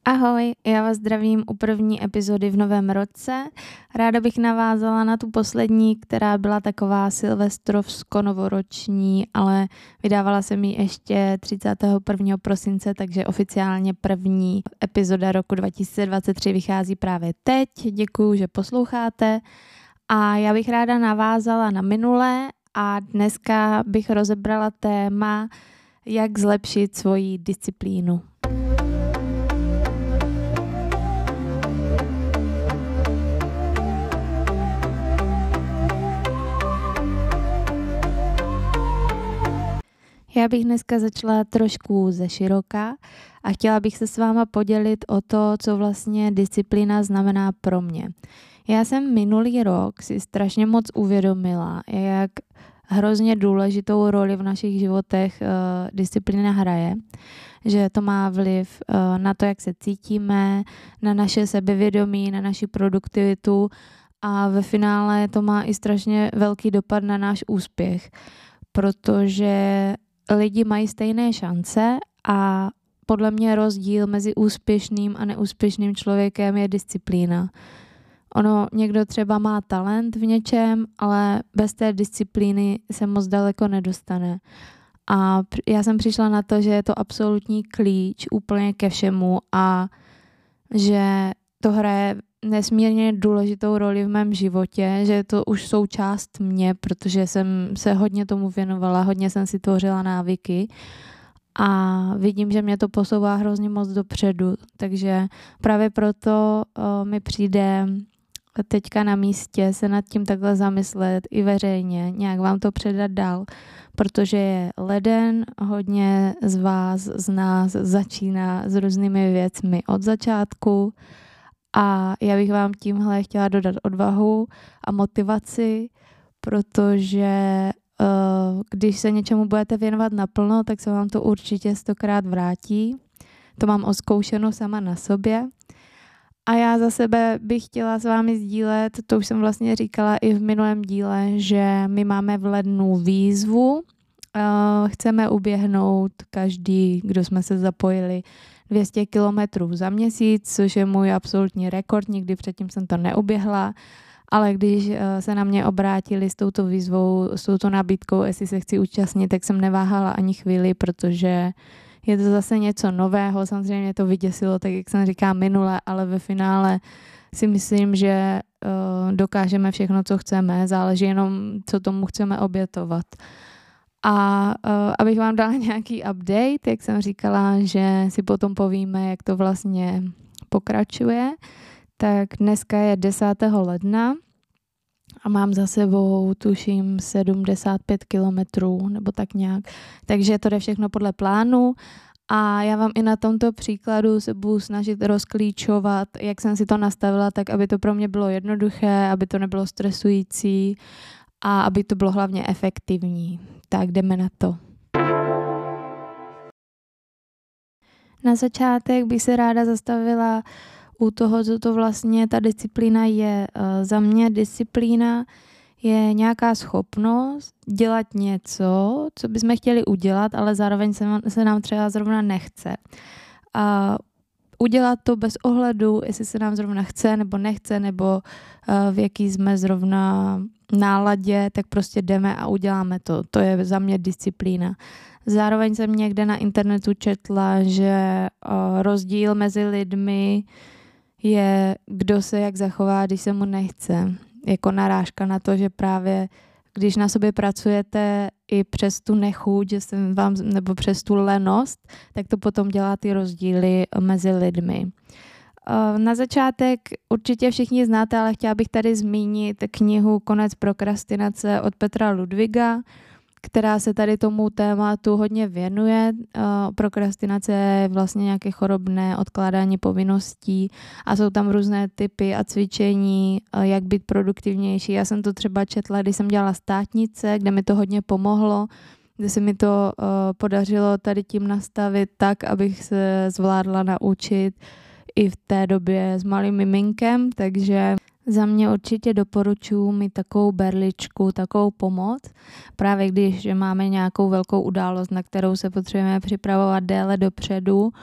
Ahoj, já vás zdravím u první epizody v novém roce. Ráda bych navázala na tu poslední, která byla taková silvestrovsko-novoroční, ale vydávala jsem ji ještě 31. prosince, takže oficiálně první epizoda roku 2023 vychází právě teď. Děkuju, že posloucháte. A já bych ráda navázala na minulé a dneska bych rozebrala téma, jak zlepšit svoji disciplínu. Já bych dneska začala trošku ze široka a chtěla bych se s váma podělit o to, co vlastně disciplína znamená pro mě. Já jsem minulý rok si strašně moc uvědomila, jak hrozně důležitou roli v našich životech disciplína hraje, že to má vliv na to, jak se cítíme, na naše sebevědomí, na naši produktivitu a ve finále to má i strašně velký dopad na náš úspěch, protože lidi mají stejné šance a podle mě rozdíl mezi úspěšným a neúspěšným člověkem je disciplína. Někdo třeba má talent v něčem, ale bez té disciplíny se moc daleko nedostane. A já jsem přišla na to, že je to absolutní klíč úplně ke všemu a že to hraje nesmírně důležitou roli v mém životě, že je to už součást mě, protože jsem se hodně tomu věnovala, hodně jsem si tvořila návyky a vidím, že mě to posouvá hrozně moc dopředu, takže právě proto mi přijde teďka na místě se nad tím takhle zamyslet i veřejně, nějak vám to předat dál, protože je leden, hodně z nás začíná s různými věcmi od začátku a já bych vám tímhle chtěla dodat odvahu a motivaci, protože když se něčemu budete věnovat naplno, tak se vám to určitě 100krát vrátí. To mám odzkoušeno sama na sobě. A já za sebe bych chtěla s vámi sdílet, to už jsem vlastně říkala i v minulém díle, že my máme v lednu výzvu. Chceme uběhnout každý, kdo jsme se zapojili, 200 kilometrů za měsíc, což je můj absolutní rekord, nikdy předtím jsem to neuběhla, ale když se na mě obrátili s touto výzvou, s touto nabídkou, jestli se chci účastnit, tak jsem neváhala ani chvíli, protože je to zase něco nového, samozřejmě mě to vyděsilo, tak jak jsem říkala minule, ale ve finále si myslím, že dokážeme všechno, co chceme, záleží jenom, co tomu chceme obětovat. A abych vám dala nějaký update, jak jsem říkala, že si potom povíme, jak to vlastně pokračuje, tak dneska je 10. ledna a mám za sebou, tuším, 75 kilometrů nebo tak nějak. Takže to jde všechno podle plánu a já vám i na tomto příkladu se budu snažit rozklíčovat, jak jsem si to nastavila, tak aby to pro mě bylo jednoduché, aby to nebylo stresující a aby to bylo hlavně efektivní. Tak jdeme na to. Na začátek bych se ráda zastavila u toho, co to vlastně ta disciplína je. Za mě disciplína je nějaká schopnost dělat něco, co bychom chtěli udělat, ale zároveň se nám třeba zrovna nechce. A udělat to bez ohledu, jestli se nám zrovna chce nebo nechce, nebo v jaký jsme zrovna náladě, tak prostě jdeme a uděláme to. To je za mě disciplína. Zároveň jsem někde na internetu četla, že rozdíl mezi lidmi je, kdo se jak zachová, když se mu nechce. Jako narážka na to, že právě když na sobě pracujete i přes tu nechuť, že jsem vám, nebo přes tu lenost, tak to potom dělá ty rozdíly mezi lidmi. Na začátek určitě všichni znáte, ale chtěla bych tady zmínit knihu Konec prokrastinace od Petra Ludwiga, která se tady tomu tématu hodně věnuje. Prokrastinace je vlastně nějaké chorobné odkládání povinností a jsou tam různé typy a cvičení, jak být produktivnější. Já jsem to třeba četla, když jsem dělala státnice, kde mi to hodně pomohlo, kde se mi to podařilo tady tím nastavit tak, abych se zvládla naučit i v té době s malým miminkem, takže za mě určitě doporučuji mít takovou berličku, takovou pomoc, právě když máme nějakou velkou událost, na kterou se potřebujeme připravovat déle dopředu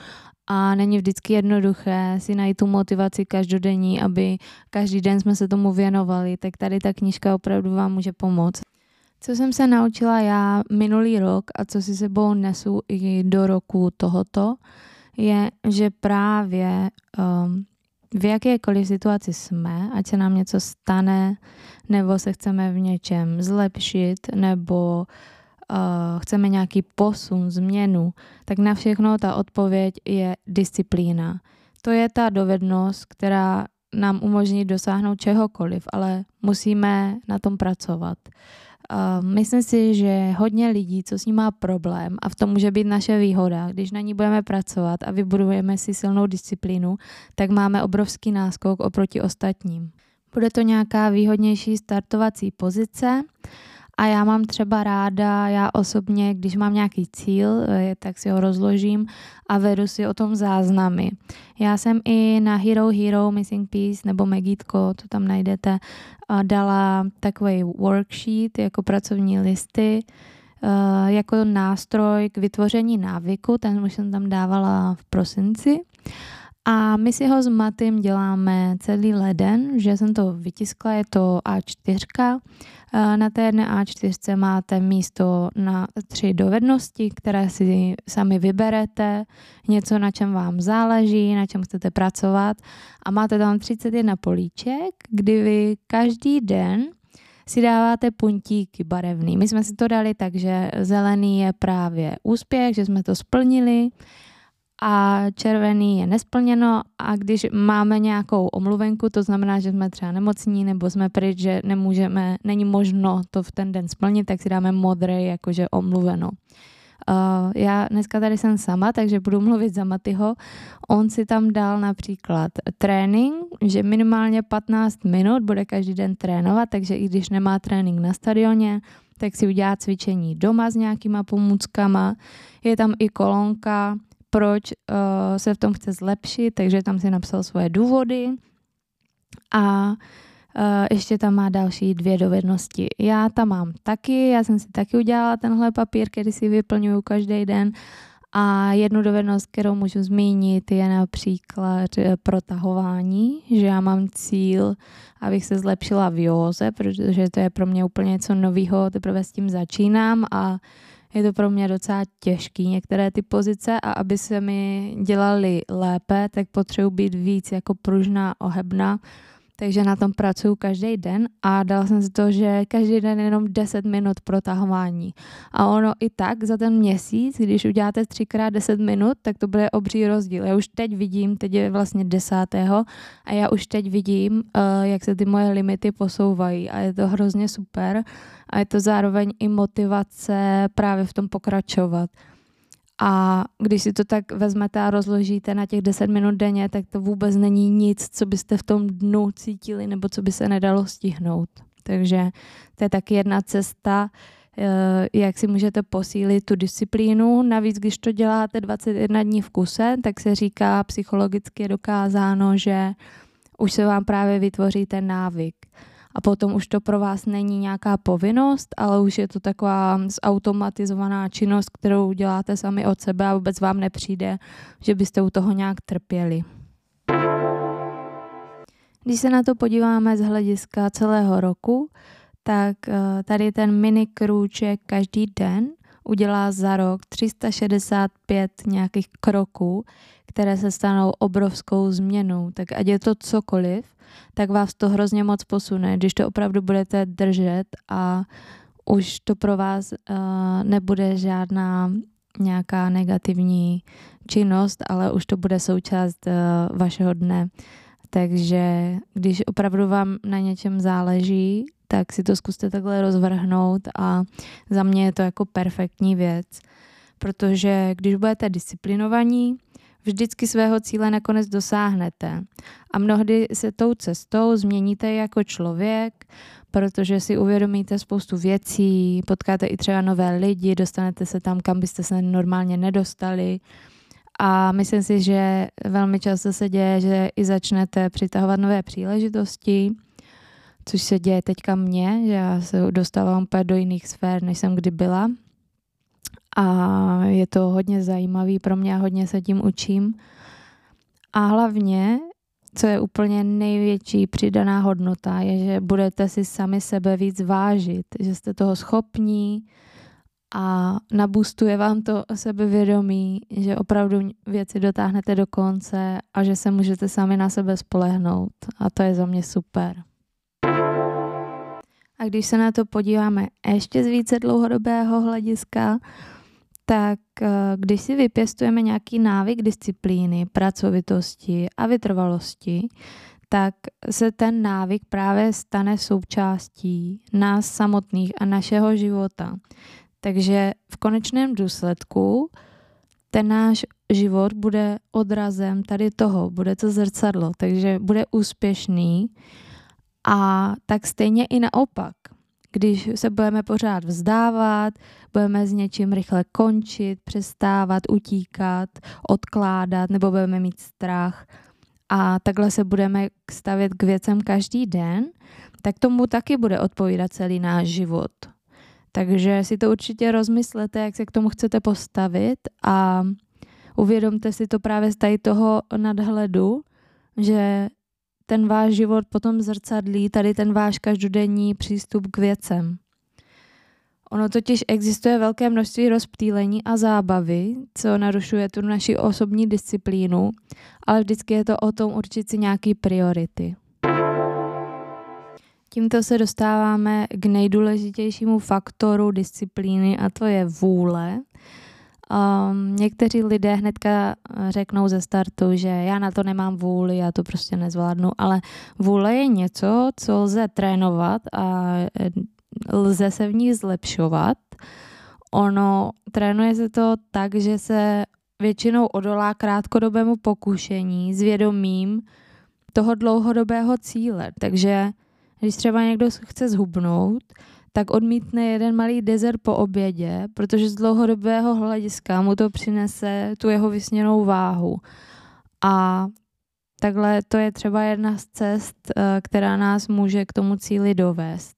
a není vždycky jednoduché si najít tu motivaci každodenní, aby každý den jsme se tomu věnovali, tak tady ta knížka opravdu vám může pomoct. Co jsem se naučila já minulý rok a co si sebou nesu i do roku tohoto, je, že právě v jakékoliv situaci jsme, ať se nám něco stane, nebo se chceme v něčem zlepšit, nebo chceme nějaký posun, změnu, tak na všechno ta odpověď je disciplína. To je ta dovednost, která nám umožní dosáhnout čehokoliv, ale musíme na tom pracovat. Myslím si, že hodně lidí, co s ním má problém, a v tom může být naše výhoda, když na ní budeme pracovat a vybudujeme si silnou disciplínu, tak máme obrovský náskok oproti ostatním. Bude to nějaká výhodnější startovací pozice a já mám třeba ráda, já osobně, když mám nějaký cíl, tak si ho rozložím a vedu si o tom záznamy. Já jsem i na Hero, Missing Piece nebo Megitko, to tam najdete, dala takový worksheet jako pracovní listy, jako nástroj k vytvoření návyku, ten už jsem tam dávala v prosinci. A my si ho s Matym děláme celý leden, že jsem to vytiskla, je to A4. Na té jedné A4 máte místo na 3 dovednosti, které si sami vyberete, něco, na čem vám záleží, na čem chcete pracovat a máte tam 31 políček, kdy vy každý den si dáváte puntíky barevný. My jsme si to dali tak, že zelený je právě úspěch, že jsme to splnili, a červený je nesplněno a když máme nějakou omluvenku, to znamená, že jsme třeba nemocní nebo jsme pryč, že není možno to v ten den splnit, tak si dáme modrý, jakože omluveno. Já dneska tady jsem sama, takže budu mluvit za Matyho. On si tam dal například trénink, že minimálně 15 minut bude každý den trénovat, takže i když nemá trénink na stadioně, tak si udělá cvičení doma s nějakýma pomůckama. Je tam i kolonka, proč se v tom chce zlepšit, takže tam si napsal svoje důvody a ještě tam má další 2 dovednosti. Já tam mám taky, já jsem si taky udělala tenhle papír, který si vyplňuju každý den a jednu dovednost, kterou můžu zmínit, je například protahování, že já mám cíl, abych se zlepšila v józe, protože to je pro mě úplně něco nového, teprve s tím začínám a je to pro mě docela těžký některé ty pozice a aby se mi dělaly lépe, tak potřebuji být víc jako pružná, ohebná, takže na tom pracuju každý den a dala jsem si to, že každý den jenom 10 minut protahování. A ono i tak za ten měsíc, když uděláte 3x 10 minut, tak to bude obří rozdíl. Já už teď vidím, teď je vlastně 10. a já už teď vidím, jak se ty moje limity posouvají a je to hrozně super a je to zároveň i motivace právě v tom pokračovat. A když si to tak vezmete a rozložíte na těch 10 minut denně, tak to vůbec není nic, co byste v tom dnu cítili nebo co by se nedalo stihnout. Takže to je taky jedna cesta, jak si můžete posílit tu disciplínu. Navíc, když to děláte 21 dní v kuse, tak se říká, psychologicky je dokázáno, že už se vám právě vytvoří ten návyk. A potom už to pro vás není nějaká povinnost, ale už je to taková zautomatizovaná činnost, kterou děláte sami od sebe a vůbec vám nepřijde, že byste u toho nějak trpěli. Když se na to podíváme z hlediska celého roku, tak tady ten mini krůček každý den udělá za rok 365 nějakých kroků, které se stanou obrovskou změnou. Tak ať je to cokoliv, tak vás to hrozně moc posune, když to opravdu budete držet a už to pro vás nebude žádná nějaká negativní činnost, ale už to bude součást vašeho dne. Takže když opravdu vám na něčem záleží, tak si to zkuste takhle rozvrhnout a za mě je to jako perfektní věc, protože když budete disciplinovaní, vždycky svého cíle nakonec dosáhnete a mnohdy se tou cestou změníte jako člověk, protože si uvědomíte spoustu věcí, potkáte i třeba nové lidi, dostanete se tam, kam byste se normálně nedostali a myslím si, že velmi často se děje, že i začnete přitahovat nové příležitosti, což se děje teďka mně, že já se dostávám úplně do jiných sfér, než jsem kdy byla. a je to hodně zajímavý pro mě a hodně se tím učím. A hlavně, co je úplně největší přidaná hodnota, je, že budete si sami sebe víc vážit, že jste toho schopní a nabustuje vám to sebevědomí, že opravdu věci dotáhnete do konce a že se můžete sami na sebe spolehnout. A to je za mě super. A když se na to podíváme ještě z více dlouhodobého hlediska, tak když si vypěstujeme nějaký návyk disciplíny, pracovitosti a vytrvalosti, tak se ten návyk právě stane součástí nás samotných a našeho života. Takže v konečném důsledku ten náš život bude odrazem tady toho, bude to zrcadlo, takže bude úspěšný a tak stejně i naopak. Když se budeme pořád vzdávat, budeme s něčím rychle končit, přestávat, utíkat, odkládat nebo budeme mít strach a takhle se budeme stavět k věcem každý den, tak tomu taky bude odpovídat celý náš život. Takže si to určitě rozmyslete, jak se k tomu chcete postavit a uvědomte si to právě z tady toho nadhledu, že ten váš život potom zrcadlí tady ten váš každodenní přístup k věcem. Ono totiž existuje velké množství rozptýlení a zábavy, co narušuje tu naši osobní disciplínu, ale vždycky je to o tom určit si nějaký priority. Tímto se dostáváme k nejdůležitějšímu faktoru disciplíny a to je vůle. Někteří lidé hnedka řeknou ze startu, že já na to nemám vůli, já to prostě nezvládnu, ale vůle je něco, co lze trénovat a lze se v ní zlepšovat. Ono trénuje se to tak, že se většinou odolá krátkodobému pokušení s vědomím toho dlouhodobého cíle. Takže když třeba někdo chce zhubnout, tak odmítne jeden malý dezert po obědě, protože z dlouhodobého hlediska mu to přinese tu jeho vysněnou váhu. A takhle to je třeba jedna z cest, která nás může k tomu cíli dovést.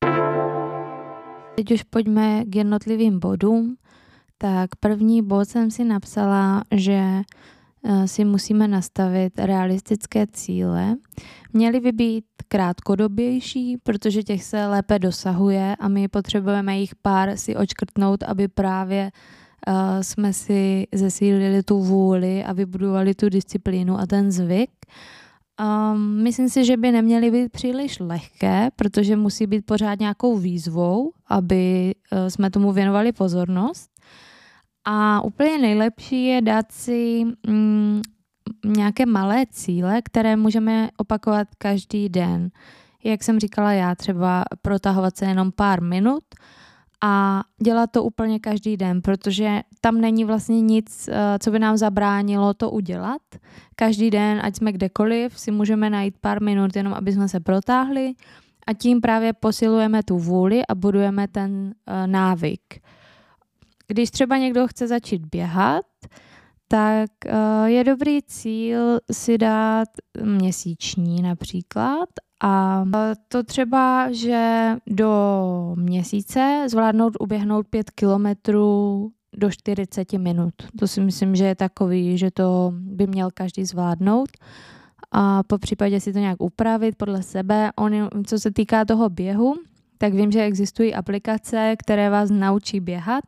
Teď už pojďme k jednotlivým bodům. Tak první bod jsem si napsala, že si musíme nastavit realistické cíle. Měly by být krátkodobější, protože těch se lépe dosahuje a my potřebujeme jich pár si odškrtnout, aby právě jsme si zesílili tu vůli a vybudovali tu disciplínu a ten zvyk. Myslím si, že by neměly být příliš lehké, protože musí být pořád nějakou výzvou, aby jsme tomu věnovali pozornost. A úplně nejlepší je dát si nějaké malé cíle, které můžeme opakovat každý den. Jak jsem říkala já, třeba protahovat se jenom pár minut a dělat to úplně každý den, protože tam není vlastně nic, co by nám zabránilo to udělat. Každý den, ať jsme kdekoliv, si můžeme najít pár minut, jenom aby jsme se protáhli a tím právě posilujeme tu vůli a budujeme ten návyk. Když třeba někdo chce začít běhat, tak je dobrý cíl si dát měsíční například a to třeba, že do měsíce zvládnout uběhnout 5 kilometrů do 40 minut. To si myslím, že je takový, že to by měl každý zvládnout a po případě si to nějak upravit podle sebe. Co se týká toho běhu, tak vím, že existují aplikace, které vás naučí běhat,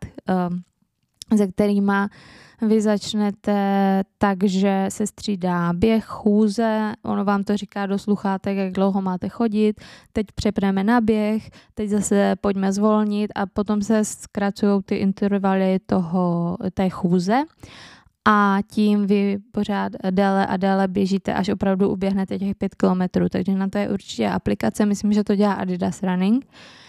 se kterýma vy začnete tak, že se střídá běh, chůze, ono vám to říká do sluchátek, jak dlouho máte chodit, teď přepneme na běh, teď zase pojďme zvolnit a potom se zkracují ty intervaly té chůze a tím vy pořád déle a déle běžíte, až opravdu uběhnete těch 5 kilometrů. Takže na to je určitě aplikace, myslím, že to dělá Adidas Running.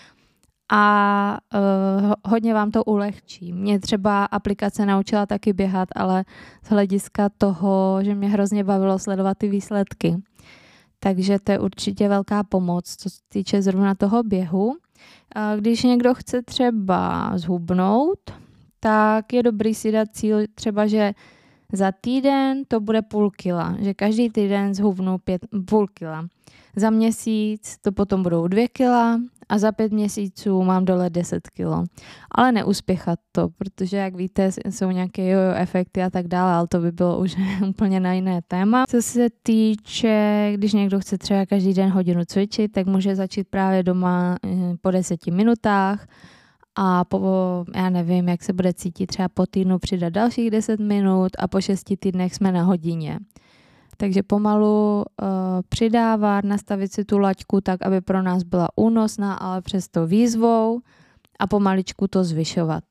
A hodně vám to ulehčí. Mě třeba aplikace naučila taky běhat, ale z hlediska toho, že mě hrozně bavilo sledovat ty výsledky. Takže to je určitě velká pomoc, co se týče zrovna toho běhu. Když někdo chce třeba zhubnout, tak je dobrý si dát cíl třeba, že za týden to bude 0,5 kila, že každý týden zhubnu 0,5 kila. Za měsíc to potom budou 2 kila a za 5 měsíců mám dole 10 kilo. Ale neuspěchat to, protože jak víte, jsou nějaké jojo efekty a tak dále, ale to by bylo už úplně na jiné téma. Co se týče, když někdo chce třeba každý den hodinu cvičit, tak může začít právě doma po 10 minutách a já nevím, jak se bude cítit, třeba po týdnu přidat dalších 10 minut a po 6 týdnech jsme na hodině. Takže pomalu přidávat, nastavit si tu laťku tak, aby pro nás byla únosná, ale přesto výzvou a pomaličku to zvyšovat.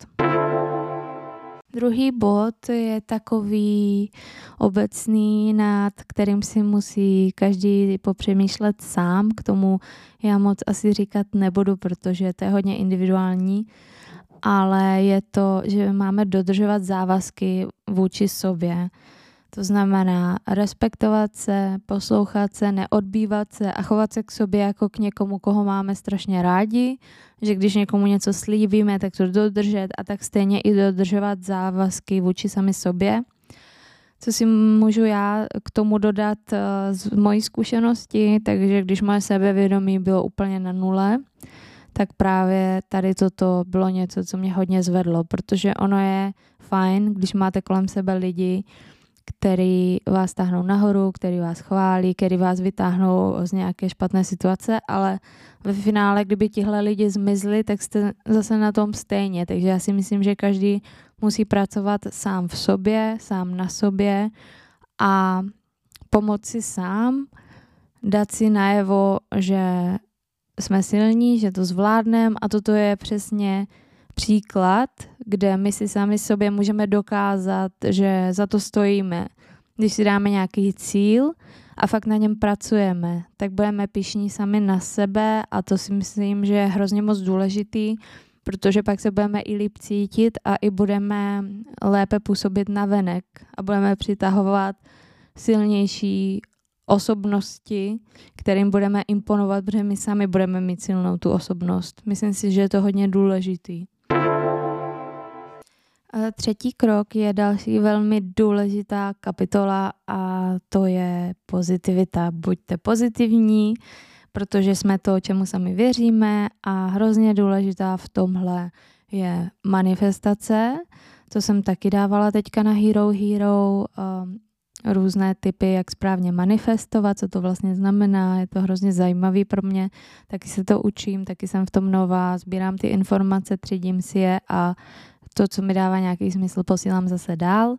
Druhý bod je takový obecný, nad kterým si musí každý popřemýšlet sám. K tomu já moc asi říkat nebudu, protože to je hodně individuální, ale je to, že máme dodržovat závazky vůči sobě. To znamená respektovat se, poslouchat se, neodbývat se a chovat se k sobě jako k někomu, koho máme strašně rádi, že když někomu něco slíbíme, tak to dodržet a tak stejně i dodržovat závazky vůči sami sobě. Co si můžu já k tomu dodat z mojí zkušenosti, takže když moje sebevědomí bylo úplně na nule, tak právě tady toto bylo něco, co mě hodně zvedlo, protože ono je fajn, když máte kolem sebe lidi, který vás táhnou nahoru, který vás chválí, který vás vytáhnou z nějaké špatné situace, ale ve finále, kdyby tihle lidi zmizli, tak jste zase na tom stejně. Takže já si myslím, že každý musí pracovat sám v sobě, sám na sobě a pomoci sám, dát si najevo, že jsme silní, že to zvládneme a toto je přesně příklad, kde my si sami sobě můžeme dokázat, že za to stojíme. Když si dáme nějaký cíl a fakt na něm pracujeme, tak budeme pyšní sami na sebe a to si myslím, že je hrozně moc důležitý, protože pak se budeme i líp cítit a i budeme lépe působit navenek a budeme přitahovat silnější osobnosti, kterým budeme imponovat, protože my sami budeme mít silnou tu osobnost. Myslím si, že je to hodně důležitý. Třetí krok je další velmi důležitá kapitola a to je pozitivita. Buďte pozitivní, protože jsme to, čemu sami věříme a hrozně důležitá v tomhle je manifestace. To jsem taky dávala teďka na Hero Hero, různé typy, jak správně manifestovat, co to vlastně znamená, je to hrozně zajímavý pro mě, taky se to učím, taky jsem v tom nová, sbírám ty informace, třídím si je a to, co mi dává nějaký smysl, posílám zase dál.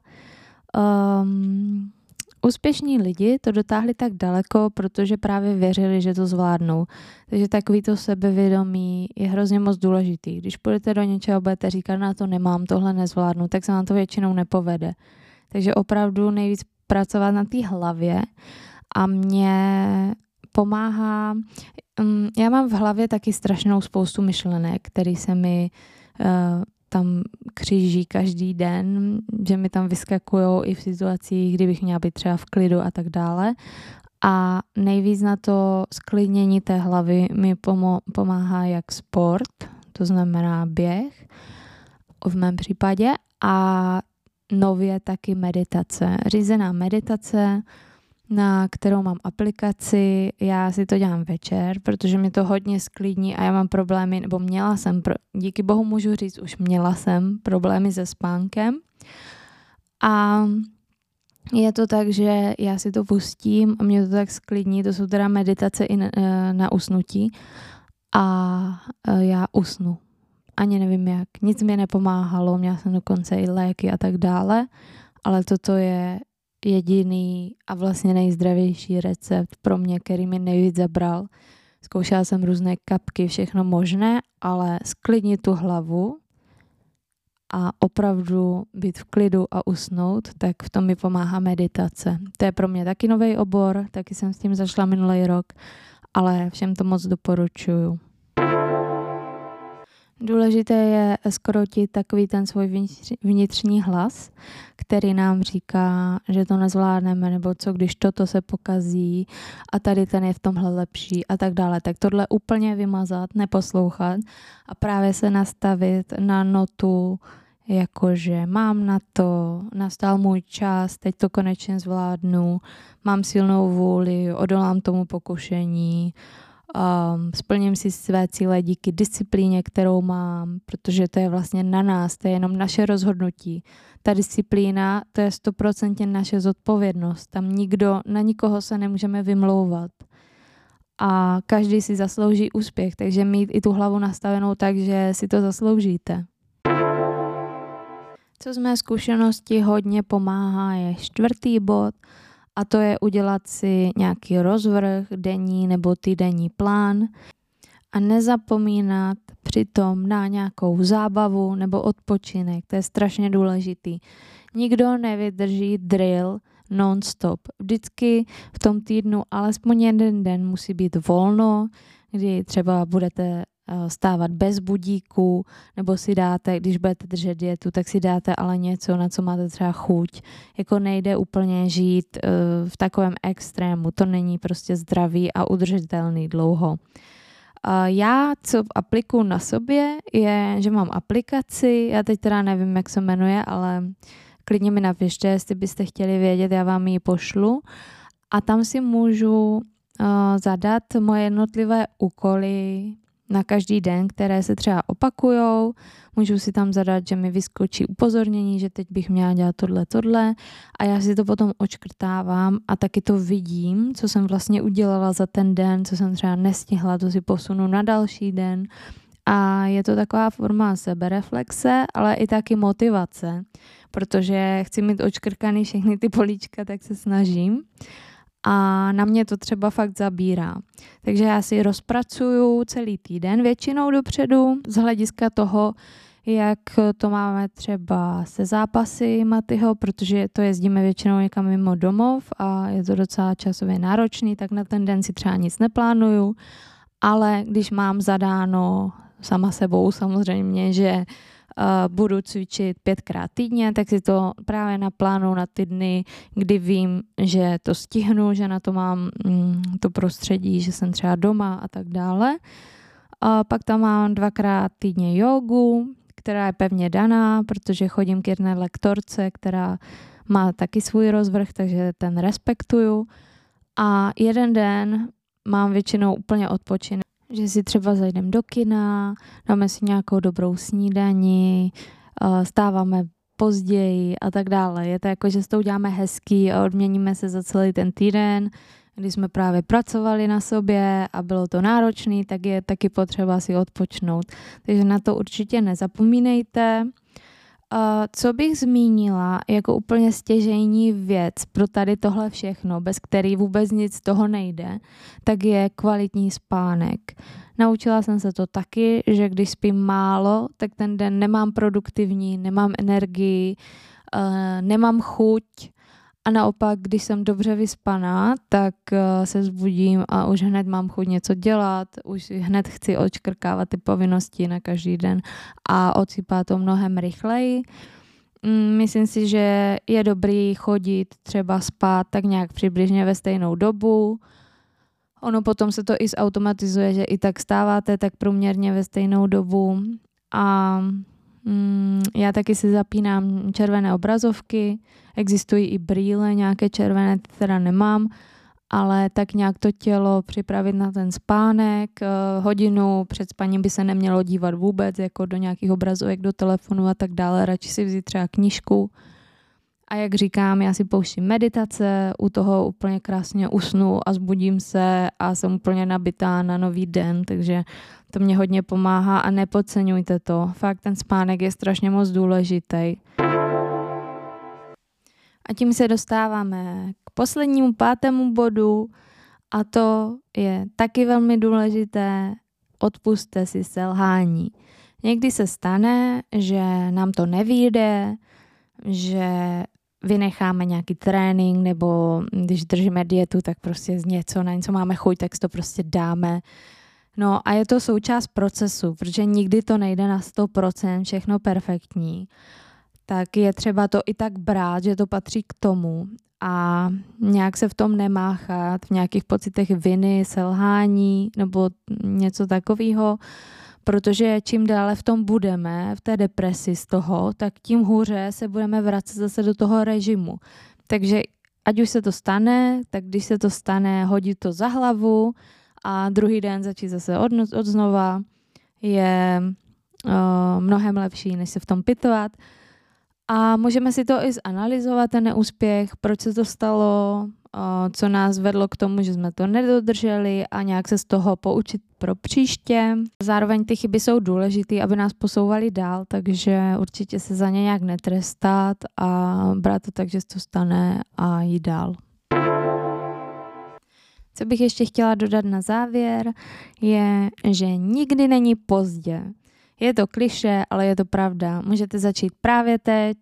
Úspěšní lidi to dotáhli tak daleko, protože právě věřili, že to zvládnou. Takže takový to sebevědomí je hrozně moc důležitý. Když půjdete do něčeho, budete říkat, na to nemám, tohle nezvládnu, tak se vám to většinou nepovede. Takže opravdu nejvíc pracovat na té hlavě a mě pomáhá, já mám v hlavě taky strašnou spoustu myšlenek, které se mi tam kříží každý den, že mi tam vyskakujou i v situacích, kdybych měla být třeba v klidu a tak dále. A nejvíc na to sklidnění té hlavy mi pomáhá jak sport, to znamená běh, v mém případě, a nově taky meditace. Řízená meditace, na kterou mám aplikaci, já si to dělám večer, protože mi to hodně sklidní a já mám problémy, nebo měla jsem, díky bohu můžu říct, už měla jsem problémy se spánkem a je to tak, že já si to pustím a mě to tak sklidní, to jsou teda meditace i na usnutí a já usnu. Ani nevím jak, nic mi nepomáhalo, měla jsem dokonce i léky a tak dále, ale toto je jediný a vlastně nejzdravější recept pro mě, který mi nejvíc zabral. Zkoušela jsem různé kapky, všechno možné, ale sklidnit tu hlavu a opravdu být v klidu a usnout, tak v tom mi pomáhá meditace. To je pro mě taky nový obor, taky jsem s tím začala minulý rok, ale všem to moc doporučuju. Důležité je zkrotit takový ten svůj vnitřní hlas, který nám říká, že to nezvládneme, nebo co když toto se pokazí a tady ten je v tomhle lepší a tak dále. Tak tohle úplně vymazat, neposlouchat a právě se nastavit na notu jakože mám na to, nastal můj čas, teď to konečně zvládnu, mám silnou vůli, odolám tomu pokušení, splním si své cíle díky disciplíně, kterou mám, protože to je vlastně na nás, to je jenom naše rozhodnutí. Ta disciplína, to je 100% naše zodpovědnost, tam na nikoho se nemůžeme vymlouvat. A každý si zaslouží úspěch, takže mít i tu hlavu nastavenou tak, že si to zasloužíte. Co z mé zkušenosti hodně pomáhá je 4. bod a to je udělat si nějaký rozvrh, denní nebo týdenní plán a nezapomínat přitom na nějakou zábavu nebo odpočinek. To je strašně důležitý. Nikdo nevydrží drill non-stop. Vždycky v tom týdnu alespoň jeden den musí být volno, kdy třeba budete stávat bez budíku, nebo si dáte, když budete držet dietu, tak si dáte ale něco, na co máte třeba chuť. Jako nejde úplně žít v takovém extrému, to není prostě zdravý a udržitelný dlouho. Já, co aplikuju na sobě, je, že mám aplikaci, já teď teda nevím, jak se jmenuje, ale klidně mi napište, jestli byste chtěli vědět, já vám ji pošlu. A tam si můžu zadat moje jednotlivé úkoly na každý den, které se třeba opakujou. Můžu si tam zadat, že mi vyskočí upozornění, že teď bych měla dělat tohle a já si to potom odškrtávám a taky to vidím, co jsem vlastně udělala za ten den, co jsem třeba nestihla, to si posunu na další den. A je to taková forma sebereflexe, ale i taky motivace, protože chci mít odškrkaný všechny ty políčka, tak se snažím. A na mě to třeba fakt zabírá. Takže já si rozpracuju celý týden většinou dopředu z hlediska toho, jak to máme třeba se zápasy Matyho, protože to jezdíme většinou někam mimo domov a je to docela časově náročný, tak na ten den si třeba nic neplánuju, ale když mám zadáno sama sebou samozřejmě, že budu cvičit 5krát týdně, tak si to právě naplánuju na ty dny, kdy vím, že to stihnu, že na to mám to prostředí, že jsem třeba doma a tak dále. A pak tam mám 2krát týdně jogu, která je pevně daná, protože chodím k jedné lektorce, která má taky svůj rozvrh, takže ten respektuju. A jeden den mám většinou úplně odpočinek, že si třeba zajdeme do kina, dáme si nějakou dobrou snídani, stáváme později a tak dále. Je to jako, že s tou uděláme hezký a odměníme se za celý ten týden, kdy jsme právě pracovali na sobě a bylo to náročný, tak je taky potřeba si odpočnout. Takže na to určitě nezapomínejte. Co bych zmínila jako úplně stěžejní věc pro tady tohle všechno, bez který vůbec nic z toho nejde, tak je kvalitní spánek. Naučila jsem se to taky, že když spím málo, tak ten den nemám produktivní, nemám energii, nemám chuť a naopak, když jsem dobře vyspaná, tak se vzbudím a už hned mám chuť něco dělat, už hned chci odškrkávat ty povinnosti na každý den a odsypá to mnohem rychleji. Myslím si, že je dobrý chodit třeba spát tak nějak přibližně ve stejnou dobu. Ono potom se to i zautomatizuje, že i tak stáváte tak průměrně ve stejnou dobu a já taky si zapínám červené obrazovky, existují i brýle, nějaké červené, teda nemám, ale tak nějak to tělo připravit na ten spánek. Hodinu před spaním by se nemělo dívat vůbec, jako do nějakých obrazovek, do telefonu a tak dále, radši si vzít třeba knížku. A jak říkám, já si pouštím meditace, u toho úplně krásně usnu a zbudím se a jsem úplně nabitá na nový den, takže to mě hodně pomáhá a nepodceňujte to. Fakt ten spánek je strašně moc důležitý. A tím se dostáváme k poslednímu 5. bodu a to je taky velmi důležité. Odpusťte si selhání. Někdy se stane, že nám to nevyjde, že vynecháme nějaký trénink nebo když držíme dietu, tak prostě na něco máme chuť, tak si to prostě dáme. No a je to součást procesu, protože nikdy to nejde na 100% všechno perfektní. Tak je třeba to i tak brát, že to patří k tomu a nějak se v tom nemáchat, v nějakých pocitech viny, selhání nebo něco takového, protože čím dále v tom budeme, v té depresi z toho, tak tím hůře se budeme vracet zase do toho režimu. Takže ať už se to stane, tak když se to stane, hodit to za hlavu a druhý den začít zase od znova je mnohem lepší, než se v tom pitovat. A můžeme si to i zanalyzovat, ten neúspěch, proč se to stalo, co nás vedlo k tomu, že jsme to nedodrželi a nějak se z toho poučit pro příště. Zároveň ty chyby jsou důležité, aby nás posouvaly dál, takže určitě se za ně nějak netrestat a brát to tak, že se to stane a jít dál. Co bych ještě chtěla dodat na závěr, je, že nikdy není pozdě. Je to klišé, ale je to pravda. Můžete začít právě teď,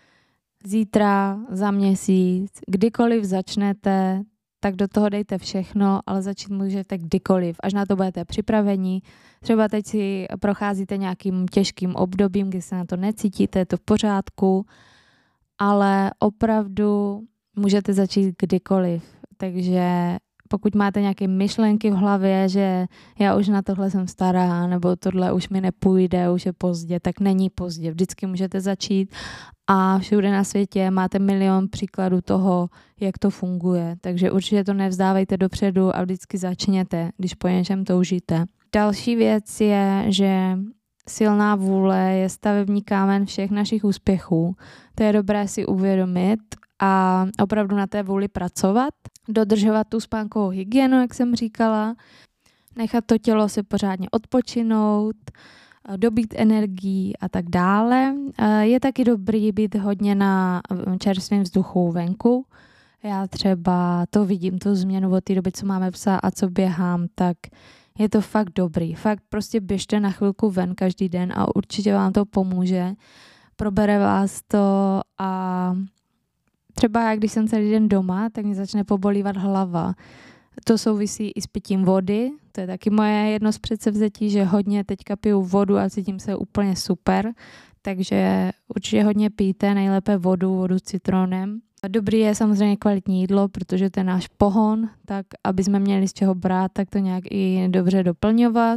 zítra, za měsíc, kdykoliv začnete, tak do toho dejte všechno, ale začít můžete kdykoliv, až na to budete připraveni. Třeba teď si procházíte nějakým těžkým obdobím, kdy se na to necítíte, je to v pořádku, ale opravdu můžete začít kdykoliv. Takže pokud máte nějaké myšlenky v hlavě, že já už na tohle jsem stará, nebo tohle už mi nepůjde, už je pozdě, tak není pozdě. Vždycky můžete začít a všude na světě máte milion příkladů toho, jak to funguje. Takže určitě to nevzdávejte dopředu a vždycky začněte, když po něčem toužíte. Další věc je, že silná vůle je stavební kámen všech našich úspěchů. To je dobré si uvědomit a opravdu na té vůli pracovat, dodržovat tu spánkovou hygienu, jak jsem říkala, nechat to tělo se pořádně odpočinout, dobít energii a tak dále. Je taky dobrý být hodně na čerstvém vzduchu venku. Já třeba to vidím, tu změnu od té doby, co máme psa a co běhám, tak je to fakt dobrý. Fakt prostě běžte na chvilku ven každý den a určitě vám to pomůže. Probere vás to a třeba já, když jsem celý den doma, tak mi začne pobolívat hlava. To souvisí i s pitím vody. To je taky moje jedno z předsevzetí, že hodně teďka piju vodu a cítím se úplně super. Takže určitě hodně pijte, nejlépe vodu s citronem. Dobrý je samozřejmě kvalitní jídlo, protože to je náš pohon, tak aby jsme měli z čeho brát, tak to nějak i dobře doplňovat.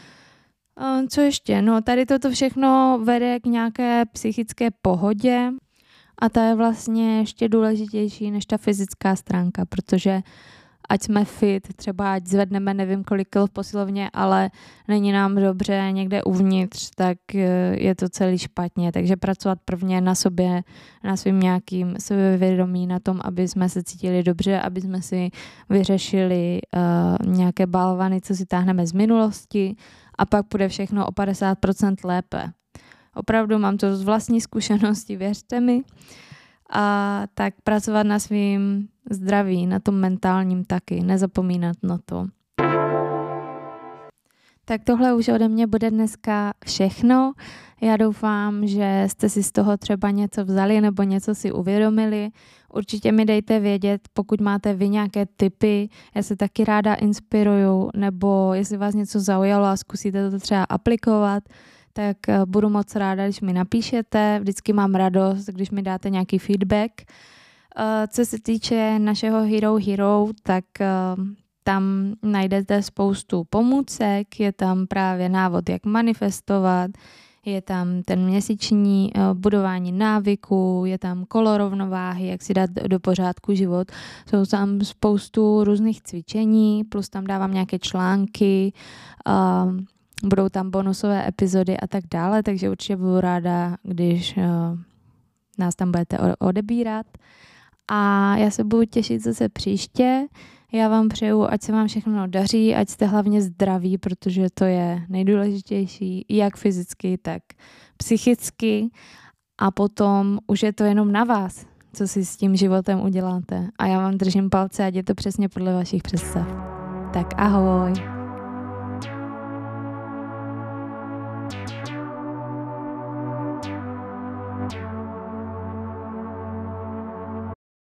Co ještě? No tady toto všechno vede k nějaké psychické pohodě. A ta je vlastně ještě důležitější než ta fyzická stránka, protože ať jsme fit, třeba ať zvedneme nevím kolik kil v posilovně, ale není nám dobře někde uvnitř, tak je to celý špatně. Takže pracovat prvně na sobě, na svým nějakým sebevědomí, na tom, aby jsme se cítili dobře, aby jsme si vyřešili nějaké balvany, co si táhneme z minulosti a pak půjde všechno o 50% lépe. Opravdu mám to z vlastní zkušenosti, věřte mi. A tak pracovat na svým zdraví, na tom mentálním taky, nezapomínat na to. Tak tohle už ode mě bude dneska všechno. Já doufám, že jste si z toho třeba něco vzali nebo něco si uvědomili. Určitě mi dejte vědět, pokud máte vy nějaké tipy, já se taky ráda inspiruju, nebo jestli vás něco zaujalo a zkusíte to třeba aplikovat, tak budu moc ráda, když mi napíšete. Vždycky mám radost, když mi dáte nějaký feedback. Co se týče našeho Hero, tak tam najdete spoustu pomůcek, je tam právě návod, jak manifestovat, je tam ten měsíční budování návyků, je tam kolo rovnováhy, jak si dát do pořádku život. Jsou tam spoustu různých cvičení, plus tam dávám nějaké články, budou tam bonusové epizody a tak dále, takže určitě budu ráda, když nás tam budete odebírat. A já se budu těšit zase příště. Já vám přeju, ať se vám všechno daří, ať jste hlavně zdraví, protože to je nejdůležitější, jak fyzicky, tak psychicky. A potom už je to jenom na vás, co si s tím životem uděláte. A já vám držím palce, ať je to přesně podle vašich představ. Tak ahoj.